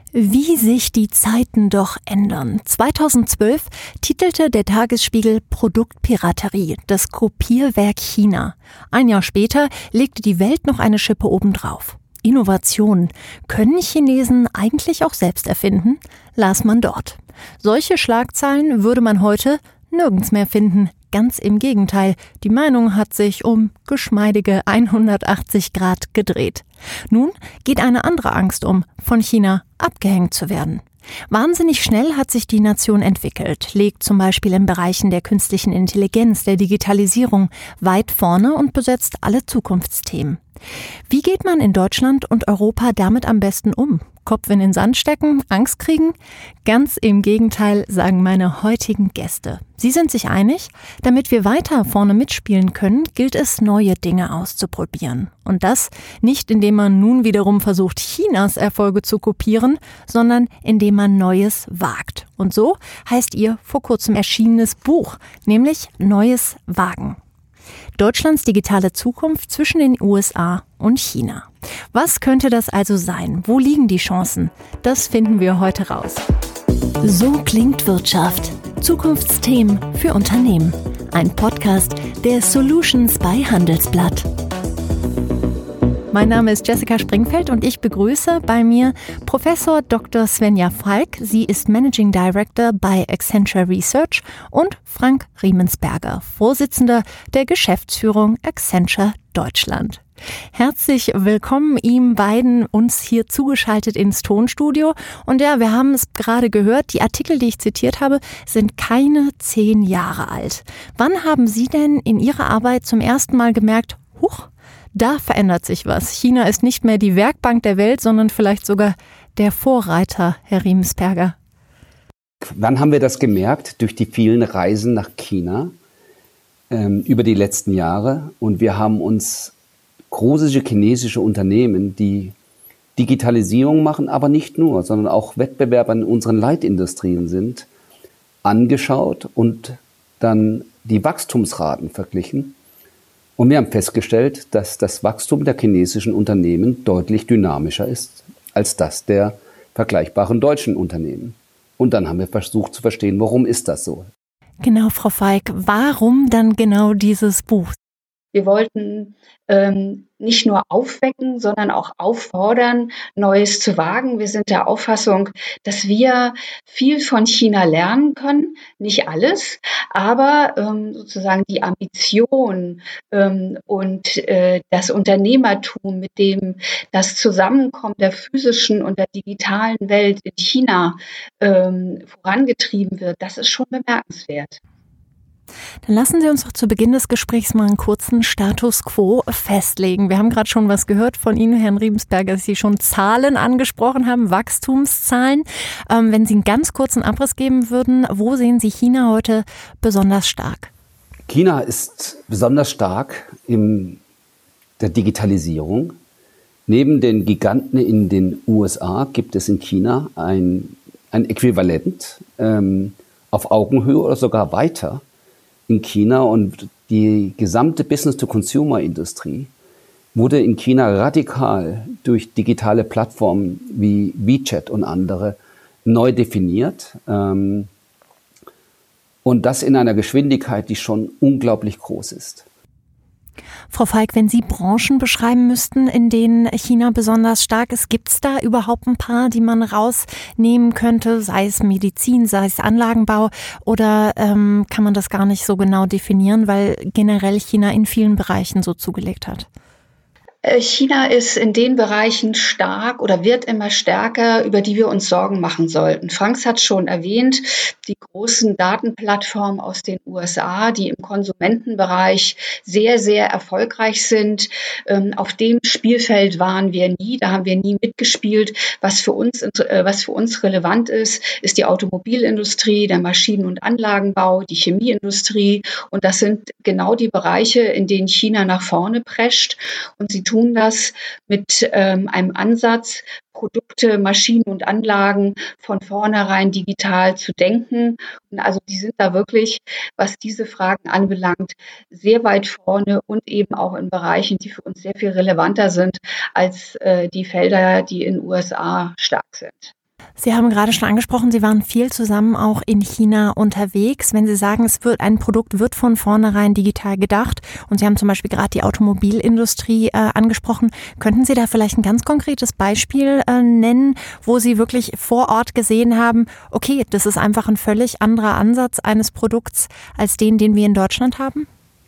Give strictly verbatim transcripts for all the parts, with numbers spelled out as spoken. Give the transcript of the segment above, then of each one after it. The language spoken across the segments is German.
Wie sich die Zeiten doch ändern. zweitausendzwölf titelte der Tagesspiegel Produktpiraterie, das Kopierwerk China. Ein Jahr später legte die Welt noch eine Schippe obendrauf. Innovation. Können Chinesen eigentlich auch selbst erfinden? Las man dort. Solche Schlagzeilen würde man heute nirgends mehr finden. Ganz im Gegenteil, die Meinung hat sich um geschmeidige hundertachtzig Grad gedreht. Nun geht eine andere Angst um, von China abgehängt zu werden. Wahnsinnig schnell hat sich die Nation entwickelt, legt zum Beispiel in Bereichen der künstlichen Intelligenz, der Digitalisierung weit vorne und besetzt alle Zukunftsthemen. Wie geht man in Deutschland und Europa damit am besten um? Kopf in den Sand stecken, Angst kriegen? Ganz im Gegenteil, sagen meine heutigen Gäste. Sie sind sich einig, damit wir weiter vorne mitspielen können, gilt es, neue Dinge auszuprobieren. Und das nicht, indem man nun wiederum versucht, Chinas Erfolge zu kopieren, sondern indem man Neues wagt. Und so heißt ihr vor kurzem erschienenes Buch, nämlich Neues Wagen. Deutschlands digitale Zukunft zwischen den U S A und China. Was könnte das also sein? Wo liegen die Chancen? Das finden wir heute raus. So klingt Wirtschaft. Zukunftsthemen für Unternehmen. Ein Podcast der Solutions bei Handelsblatt. Mein Name ist Jessica Springfeld und ich begrüße bei mir Professor Doktor Svenja Falk. Sie ist Managing Director bei Accenture Research und Frank Riemensperger, Vorsitzender der Geschäftsführung Accenture Deutschland. Herzlich willkommen ihm beiden, uns hier zugeschaltet ins Tonstudio. Und ja, wir haben es gerade gehört, die Artikel, die ich zitiert habe, sind keine zehn Jahre alt. Wann haben Sie denn in Ihrer Arbeit zum ersten Mal gemerkt, huch, da verändert sich was. China ist nicht mehr die Werkbank der Welt, sondern vielleicht sogar der Vorreiter, Herr Riemensperger. Wann haben wir das gemerkt? Durch die vielen Reisen nach China ähm, über die letzten Jahre. Und wir haben uns große chinesische Unternehmen, die Digitalisierung machen, aber nicht nur, sondern auch Wettbewerber in unseren Leitindustrien sind, angeschaut und dann die Wachstumsraten verglichen. Und wir haben festgestellt, dass das Wachstum der chinesischen Unternehmen deutlich dynamischer ist als das der vergleichbaren deutschen Unternehmen. Und dann haben wir versucht zu verstehen, warum ist das so? Genau, Frau Falk, warum dann genau dieses Buch? Wir wollten ähm, nicht nur aufwecken, sondern auch auffordern, Neues zu wagen. Wir sind der Auffassung, dass wir viel von China lernen können, nicht alles, aber ähm, sozusagen die Ambition ähm, und äh, das Unternehmertum, mit dem das Zusammenkommen der physischen und der digitalen Welt in China ähm, vorangetrieben wird, das ist schon bemerkenswert. Dann lassen Sie uns doch zu Beginn des Gesprächs mal einen kurzen Status quo festlegen. Wir haben gerade schon was gehört von Ihnen, Herrn Riemensperger, dass Sie schon Zahlen angesprochen haben, Wachstumszahlen. Ähm, wenn Sie einen ganz kurzen Abriss geben würden, wo sehen Sie China heute besonders stark? China ist besonders stark in der Digitalisierung. Neben den Giganten in den U S A gibt es in China ein, ein Äquivalent ähm, auf Augenhöhe oder sogar weiter in China, und die gesamte Business-to-Consumer-Industrie wurde in China radikal durch digitale Plattformen wie WeChat und andere neu definiert. Und das in einer Geschwindigkeit, die schon unglaublich groß ist. Frau Falk, wenn Sie Branchen beschreiben müssten, in denen China besonders stark ist, gibt es da überhaupt ein paar, die man rausnehmen könnte, sei es Medizin, sei es Anlagenbau, oder ähm, kann man das gar nicht so genau definieren, weil generell China in vielen Bereichen so zugelegt hat? China ist in den Bereichen stark oder wird immer stärker, über die wir uns Sorgen machen sollten. Franks hat schon erwähnt, die großen Datenplattformen aus den U S A, die im Konsumentenbereich sehr, sehr erfolgreich sind. Auf dem Spielfeld waren wir nie, da haben wir nie mitgespielt. Was für uns, was für uns relevant ist, ist die Automobilindustrie, der Maschinen- und Anlagenbau, die Chemieindustrie. Und das sind genau die Bereiche, in denen China nach vorne prescht. Und sie tun das mit ähm, einem Ansatz, Produkte, Maschinen und Anlagen von vornherein digital zu denken. Und also die sind da wirklich, was diese Fragen anbelangt, sehr weit vorne und eben auch in Bereichen, die für uns sehr viel relevanter sind als äh, die Felder, die in den U S A stark sind. Sie haben gerade schon angesprochen, Sie waren viel zusammen auch in China unterwegs. Wenn Sie sagen, es wird ein Produkt wird von vornherein digital gedacht und Sie haben zum Beispiel gerade die Automobilindustrie äh, angesprochen, könnten Sie da vielleicht ein ganz konkretes Beispiel äh, nennen, wo Sie wirklich vor Ort gesehen haben, okay, das ist einfach ein völlig anderer Ansatz eines Produkts als den, den wir in Deutschland haben?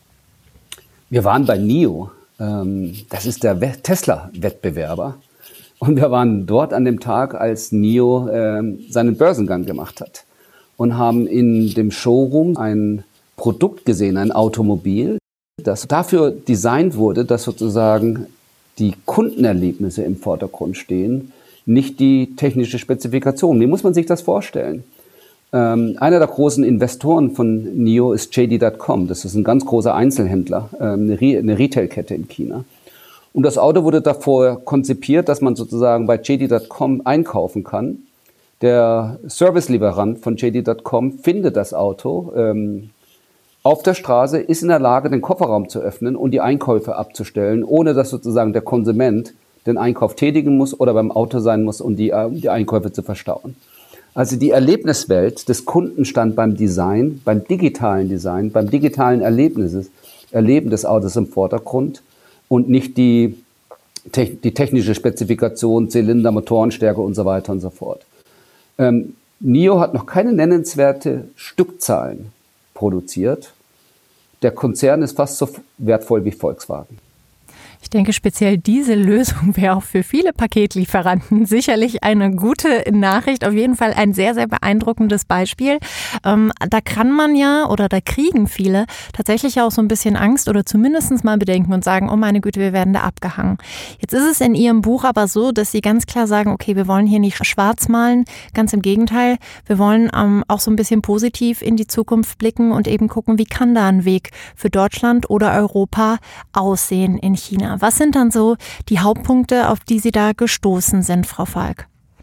Wir waren bei N I O, ähm, das ist der Tesla-Wettbewerber. Und wir waren dort an dem Tag, als N I O äh, seinen Börsengang gemacht hat und haben in dem Showroom ein Produkt gesehen, ein Automobil, das dafür designt wurde, dass sozusagen die Kundenerlebnisse im Vordergrund stehen, nicht die technische Spezifikation. Wie muss man sich das vorstellen? Ähm, einer der großen Investoren von N I O ist J D Punkt com. Das ist ein ganz großer Einzelhändler, ähm, eine, Re- eine Retailkette in China. Und das Auto wurde davor konzipiert, dass man sozusagen bei J D Punkt com einkaufen kann. Der Servicelieferant von J D Punkt com findet das Auto ähm, auf der Straße, ist in der Lage, den Kofferraum zu öffnen und die Einkäufe abzustellen, ohne dass sozusagen der Konsument den Einkauf tätigen muss oder beim Auto sein muss, um die, um die Einkäufe zu verstauen. Also die Erlebniswelt des Kunden stand beim Design, beim digitalen Design, beim digitalen Erlebnisses, Erleben des Autos im Vordergrund. Und nicht die, die technische Spezifikation, Zylinder, Motorenstärke und so weiter und so fort. Ähm, N I O hat noch keine nennenswerte Stückzahlen produziert. Der Konzern ist fast so wertvoll wie Volkswagen. Ich denke, speziell diese Lösung wäre auch für viele Paketlieferanten sicherlich eine gute Nachricht. Auf jeden Fall ein sehr, sehr beeindruckendes Beispiel. Ähm, da kann man ja oder da kriegen viele tatsächlich auch so ein bisschen Angst oder zumindest mal bedenken und sagen, oh meine Güte, wir werden da abgehangen. Jetzt ist es in Ihrem Buch aber so, dass Sie ganz klar sagen, okay, wir wollen hier nicht schwarz malen. Ganz im Gegenteil, wir wollen ähm, auch so ein bisschen positiv in die Zukunft blicken und eben gucken, wie kann da ein Weg für Deutschland oder Europa aussehen in China. Was sind dann so die Hauptpunkte, auf die Sie da gestoßen sind, Frau Falk?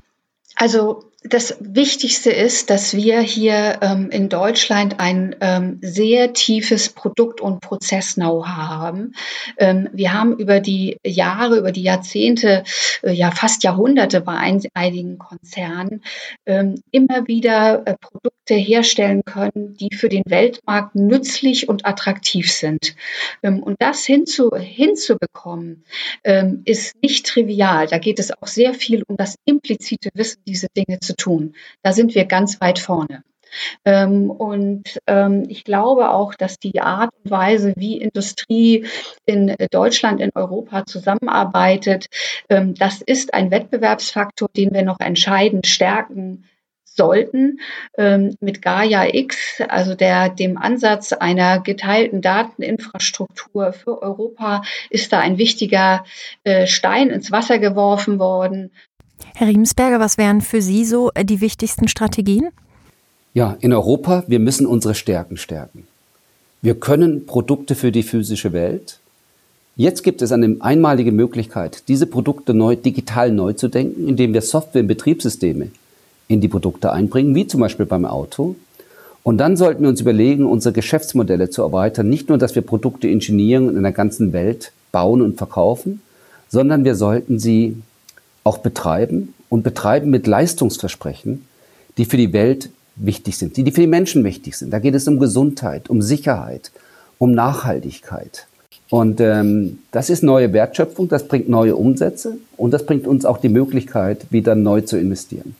Also das Wichtigste ist, dass wir hier ähm, in Deutschland ein ähm, sehr tiefes Produkt- und Prozess-Know-how haben. Ähm, wir haben über die Jahre, über die Jahrzehnte, äh, ja fast Jahrhunderte bei ein, einigen Konzernen ähm, immer wieder äh, Produkte herstellen können, die für den Weltmarkt nützlich und attraktiv sind. Ähm, und das hinzu, hinzubekommen, ähm, ist nicht trivial. Da geht es auch sehr viel um das implizite Wissen, diese Dinge zu tun. Da sind wir ganz weit vorne. Ähm, und ähm, ich glaube auch, dass die Art und Weise, wie Industrie in Deutschland, in Europa zusammenarbeitet, ähm, das ist ein Wettbewerbsfaktor, den wir noch entscheidend stärken sollten. Ähm, mit Gaia X, also der, dem Ansatz einer geteilten Dateninfrastruktur für Europa, ist da ein wichtiger äh, Stein ins Wasser geworfen worden. Herr Riemensperger, was wären für Sie so die wichtigsten Strategien? Ja, in Europa, wir müssen unsere Stärken stärken. Wir können Produkte für die physische Welt. Jetzt gibt es eine einmalige Möglichkeit, diese Produkte neu, digital neu zu denken, indem wir Software und Betriebssysteme in die Produkte einbringen, wie zum Beispiel beim Auto. Und dann sollten wir uns überlegen, unsere Geschäftsmodelle zu erweitern. Nicht nur, dass wir Produkte ingenieren und in der ganzen Welt bauen und verkaufen, sondern wir sollten sie auch betreiben und betreiben mit Leistungsversprechen, die für die Welt wichtig sind, die, die für die Menschen wichtig sind. Da geht es um Gesundheit, um Sicherheit, um Nachhaltigkeit. Und ähm, das ist neue Wertschöpfung, das bringt neue Umsätze und das bringt uns auch die Möglichkeit, wieder neu zu investieren.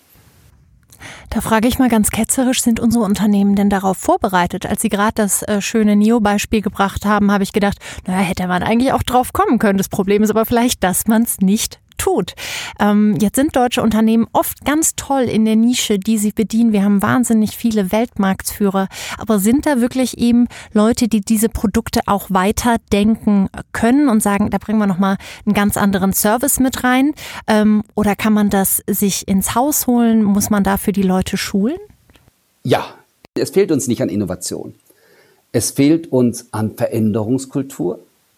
Da frage ich mal ganz ketzerisch, sind unsere Unternehmen denn darauf vorbereitet? Als Sie gerade das äh, schöne N I O-Beispiel gebracht haben, habe ich gedacht, naja, hätte man eigentlich auch drauf kommen können. Das Problem ist aber vielleicht, dass man es nicht tut. Ähm, jetzt sind deutsche Unternehmen oft ganz toll in der Nische, die sie bedienen. Wir haben wahnsinnig viele Weltmarktführer. Aber sind da wirklich eben Leute, die diese Produkte auch weiterdenken können und sagen, da bringen wir nochmal einen ganz anderen Service mit rein? Ähm, oder kann man das sich ins Haus holen? Muss man dafür die Leute schulen? Ja, es fehlt uns nicht an Innovation. Es fehlt uns an Veränderungskultur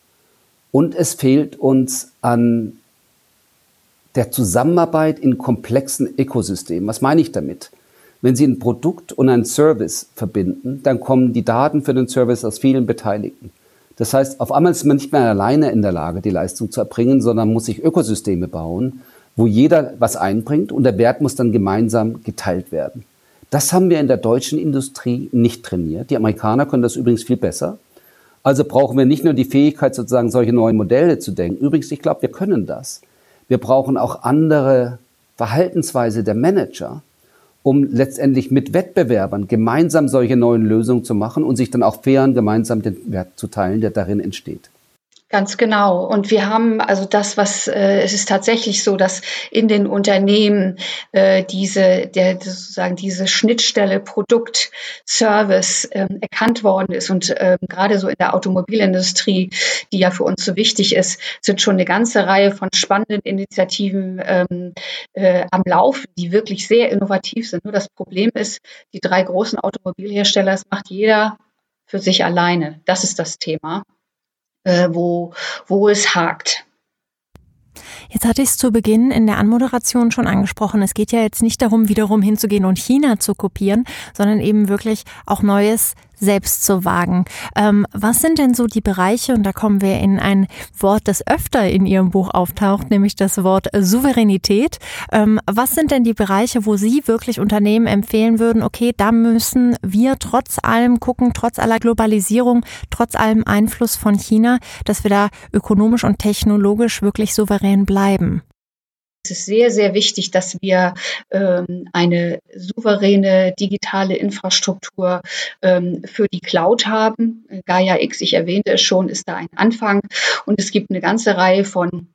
und es fehlt uns an der Zusammenarbeit in komplexen Ökosystemen. Was meine ich damit? Wenn Sie ein Produkt und einen Service verbinden, dann kommen die Daten für den Service aus vielen Beteiligten. Das heißt, auf einmal ist man nicht mehr alleine in der Lage, die Leistung zu erbringen, sondern muss sich Ökosysteme bauen, wo jeder was einbringt und der Wert muss dann gemeinsam geteilt werden. Das haben wir in der deutschen Industrie nicht trainiert. Die Amerikaner können das übrigens viel besser. Also brauchen wir nicht nur die Fähigkeit, sozusagen solche neuen Modelle zu denken. Übrigens, ich glaube, wir können das. Wir brauchen auch andere Verhaltensweise der Manager, um letztendlich mit Wettbewerbern gemeinsam solche neuen Lösungen zu machen und sich dann auch fair und gemeinsam den Wert zu teilen, der darin entsteht. Ganz genau. Und wir haben also das, was äh, es ist tatsächlich so, dass in den Unternehmen äh, diese, der sozusagen diese Schnittstelle Produkt, Service ähm, erkannt worden ist. Und ähm, gerade so in der Automobilindustrie, die ja für uns so wichtig ist, sind schon eine ganze Reihe von spannenden Initiativen ähm, äh, am Laufen, die wirklich sehr innovativ sind. Nur das Problem ist, die drei großen Automobilhersteller, das macht jeder für sich alleine. Das ist das Thema. Wo, wo es hakt. Jetzt hatte ich es zu Beginn in der Anmoderation schon angesprochen. Es geht ja jetzt nicht darum, wiederum hinzugehen und China zu kopieren, sondern eben wirklich auch Neues selbst zu wagen. Ähm, was sind denn so die Bereiche, und da kommen wir in ein Wort, das öfter in Ihrem Buch auftaucht, nämlich das Wort Souveränität. Ähm, was sind denn die Bereiche, wo Sie wirklich Unternehmen empfehlen würden, okay, da müssen wir trotz allem gucken, trotz aller Globalisierung, trotz allem Einfluss von China, dass wir da ökonomisch und technologisch wirklich souverän bleiben? Es ist sehr, sehr wichtig, dass wir ähm, eine souveräne digitale Infrastruktur ähm, für die Cloud haben. Gaia X, ich erwähnte es schon, ist da ein Anfang. Und es gibt eine ganze Reihe von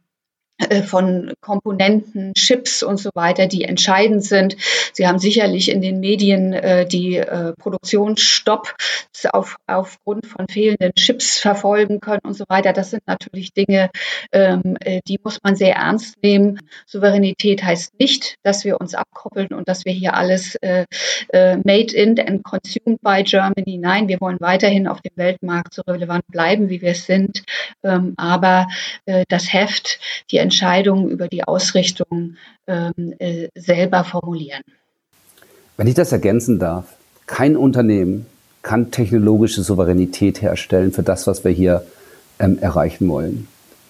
von Komponenten, Chips und so weiter, die entscheidend sind. Sie haben sicherlich in den Medien äh, die äh, Produktionsstopp auf, aufgrund von fehlenden Chips verfolgen können und so weiter. Das sind natürlich Dinge, ähm, die muss man sehr ernst nehmen. Souveränität heißt nicht, dass wir uns abkoppeln und dass wir hier alles äh, made in and consumed by Germany. Nein, wir wollen weiterhin auf dem Weltmarkt so relevant bleiben, wie wir es sind. Ähm, aber äh, das Heft, die Entscheidungen über die Ausrichtung ähm, äh, selber formulieren. Wenn ich das ergänzen darf, kein Unternehmen kann technologische Souveränität herstellen für das, was wir hier ähm, erreichen wollen.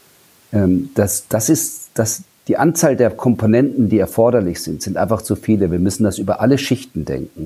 Ähm, das, das ist, das, die Anzahl der Komponenten, die erforderlich sind, sind einfach zu viele. Wir müssen das über alle Schichten denken.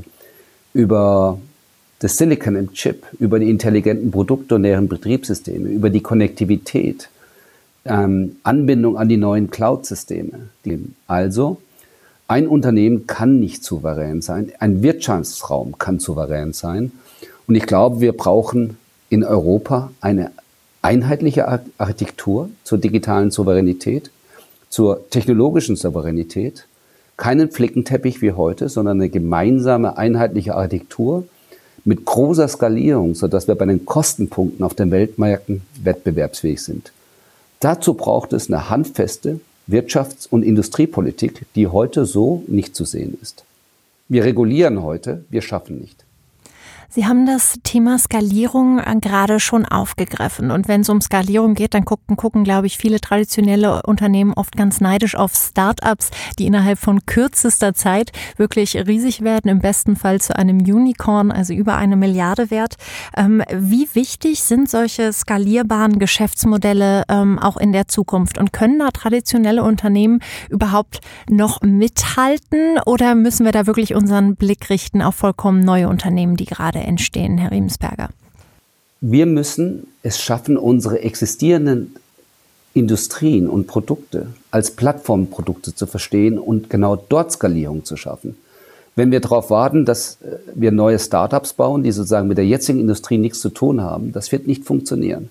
Über das Silicon im Chip, über die intelligenten Produkte und deren Betriebssysteme, über die Konnektivität, Ähm, Anbindung an die neuen Cloud-Systeme. Also, ein Unternehmen kann nicht souverän sein, ein Wirtschaftsraum kann souverän sein. Und ich glaube, wir brauchen in Europa eine einheitliche Architektur zur digitalen Souveränität, zur technologischen Souveränität. Keinen Flickenteppich wie heute, sondern eine gemeinsame, einheitliche Architektur mit großer Skalierung, sodass wir bei den Kostenpunkten auf den Weltmärkten wettbewerbsfähig sind. Dazu braucht es eine handfeste Wirtschafts- und Industriepolitik, die heute so nicht zu sehen ist. Wir regulieren heute, wir schaffen nicht. Sie haben das Thema Skalierung gerade schon aufgegriffen. Und wenn es um Skalierung geht, dann gucken, gucken, glaube ich, viele traditionelle Unternehmen oft ganz neidisch auf Start-ups, die innerhalb von kürzester Zeit wirklich riesig werden, im besten Fall zu einem Unicorn, also über eine Milliarde wert. Ähm, wie wichtig sind solche skalierbaren Geschäftsmodelle ähm, auch in der Zukunft? Und können da traditionelle Unternehmen überhaupt noch mithalten? Oder müssen wir da wirklich unseren Blick richten auf vollkommen neue Unternehmen, die gerade entstehen, Herr Riemensperger? Wir müssen es schaffen, unsere existierenden Industrien und Produkte als Plattformprodukte zu verstehen und genau dort Skalierung zu schaffen. Wenn wir darauf warten, dass wir neue Startups bauen, die sozusagen mit der jetzigen Industrie nichts zu tun haben, das wird nicht funktionieren.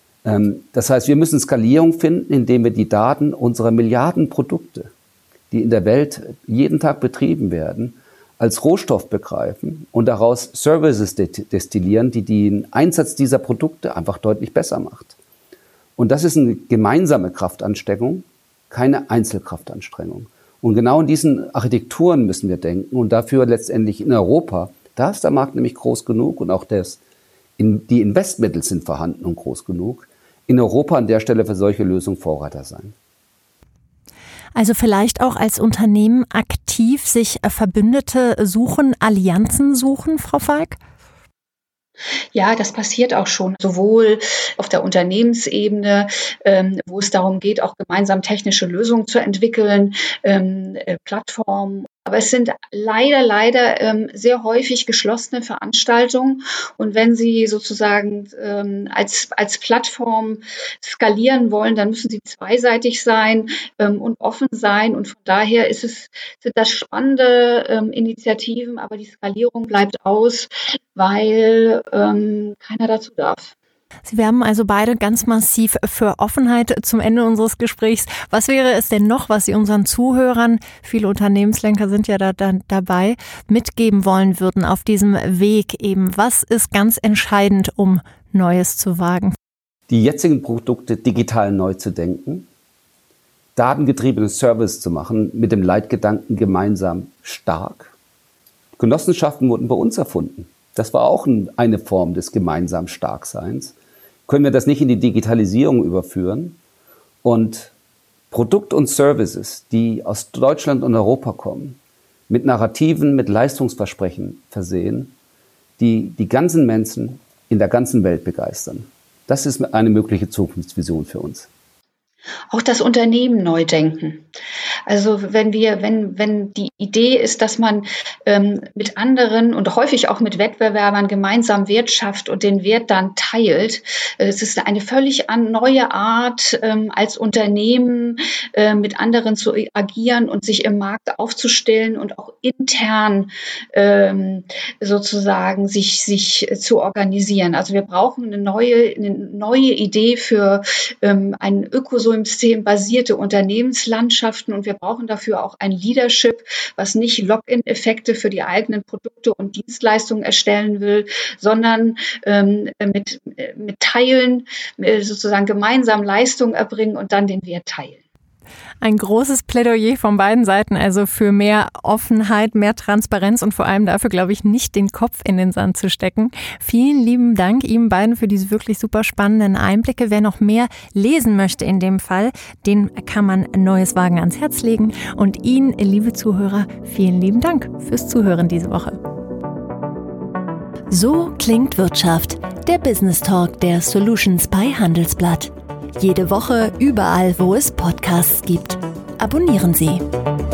Das heißt, wir müssen Skalierung finden, indem wir die Daten unserer Milliarden Produkte, die in der Welt jeden Tag betrieben werden, als Rohstoff begreifen und daraus Services destillieren, die den Einsatz dieser Produkte einfach deutlich besser macht. Und das ist eine gemeinsame Kraftanstrengung, keine Einzelkraftanstrengung. Und genau in diesen Architekturen müssen wir denken und dafür letztendlich in Europa, da ist der Markt nämlich groß genug und auch das, in, die Investmittel sind vorhanden und groß genug, in Europa an der Stelle für solche Lösungen Vorreiter sein. Also vielleicht auch als Unternehmen aktiv sich Verbündete suchen, Allianzen suchen, Frau Falk? Ja, das passiert auch schon, sowohl auf der Unternehmensebene, ähm, wo es darum geht, auch gemeinsam technische Lösungen zu entwickeln, ähm, äh, Plattformen. Aber es sind leider, leider ähm, sehr häufig geschlossene Veranstaltungen. Und wenn Sie sozusagen ähm, als, als Plattform skalieren wollen, dann müssen sie zweiseitig sein ähm, und offen sein. Und von daher ist es, sind das spannende ähm, Initiativen, aber die Skalierung bleibt aus, weil ähm, keiner dazu darf. Sie werben also beide ganz massiv für Offenheit zum Ende unseres Gesprächs. Was wäre es denn noch, was Sie unseren Zuhörern, viele Unternehmenslenker sind ja da, da dabei, mitgeben wollen würden auf diesem Weg eben? Was ist ganz entscheidend, um Neues zu wagen? Die jetzigen Produkte digital neu zu denken, datengetriebene Service zu machen, mit dem Leitgedanken gemeinsam stark. Genossenschaften wurden bei uns erfunden. Das war auch eine Form des gemeinsam Starkseins. Können wir das nicht in die Digitalisierung überführen? Und Produkt und Services, die aus Deutschland und Europa kommen, mit Narrativen, mit Leistungsversprechen versehen, die die ganzen Menschen in der ganzen Welt begeistern. Das ist eine mögliche Zukunftsvision für uns. Auch das Unternehmen neu denken. Also wenn wir, wenn, wenn die Idee ist, dass man ähm, mit anderen und häufig auch mit Wettbewerbern gemeinsam Wert schafft und den Wert dann teilt, äh, es ist eine völlig an, neue Art, ähm, als Unternehmen äh, mit anderen zu agieren und sich im Markt aufzustellen und auch intern ähm, sozusagen sich, sich zu organisieren. Also wir brauchen eine neue, eine neue Idee für ähm, ein Ökosystem, systembasierte Unternehmenslandschaften und wir brauchen dafür auch ein Leadership, was nicht Lock-in-Effekte für die eigenen Produkte und Dienstleistungen erstellen will, sondern ähm, mit, mit Teilen sozusagen gemeinsam Leistung erbringen und dann den Wert teilen. Ein großes Plädoyer von beiden Seiten, also für mehr Offenheit, mehr Transparenz und vor allem dafür, glaube ich, nicht den Kopf in den Sand zu stecken. Vielen lieben Dank Ihnen beiden für diese wirklich super spannenden Einblicke. Wer noch mehr lesen möchte in dem Fall, den kann man Neues Wagen ans Herz legen. Und Ihnen, liebe Zuhörer, vielen lieben Dank fürs Zuhören diese Woche. So klingt Wirtschaft, der Business Talk der Solutions bei Handelsblatt. Jede Woche überall, wo es Podcasts gibt. Abonnieren Sie.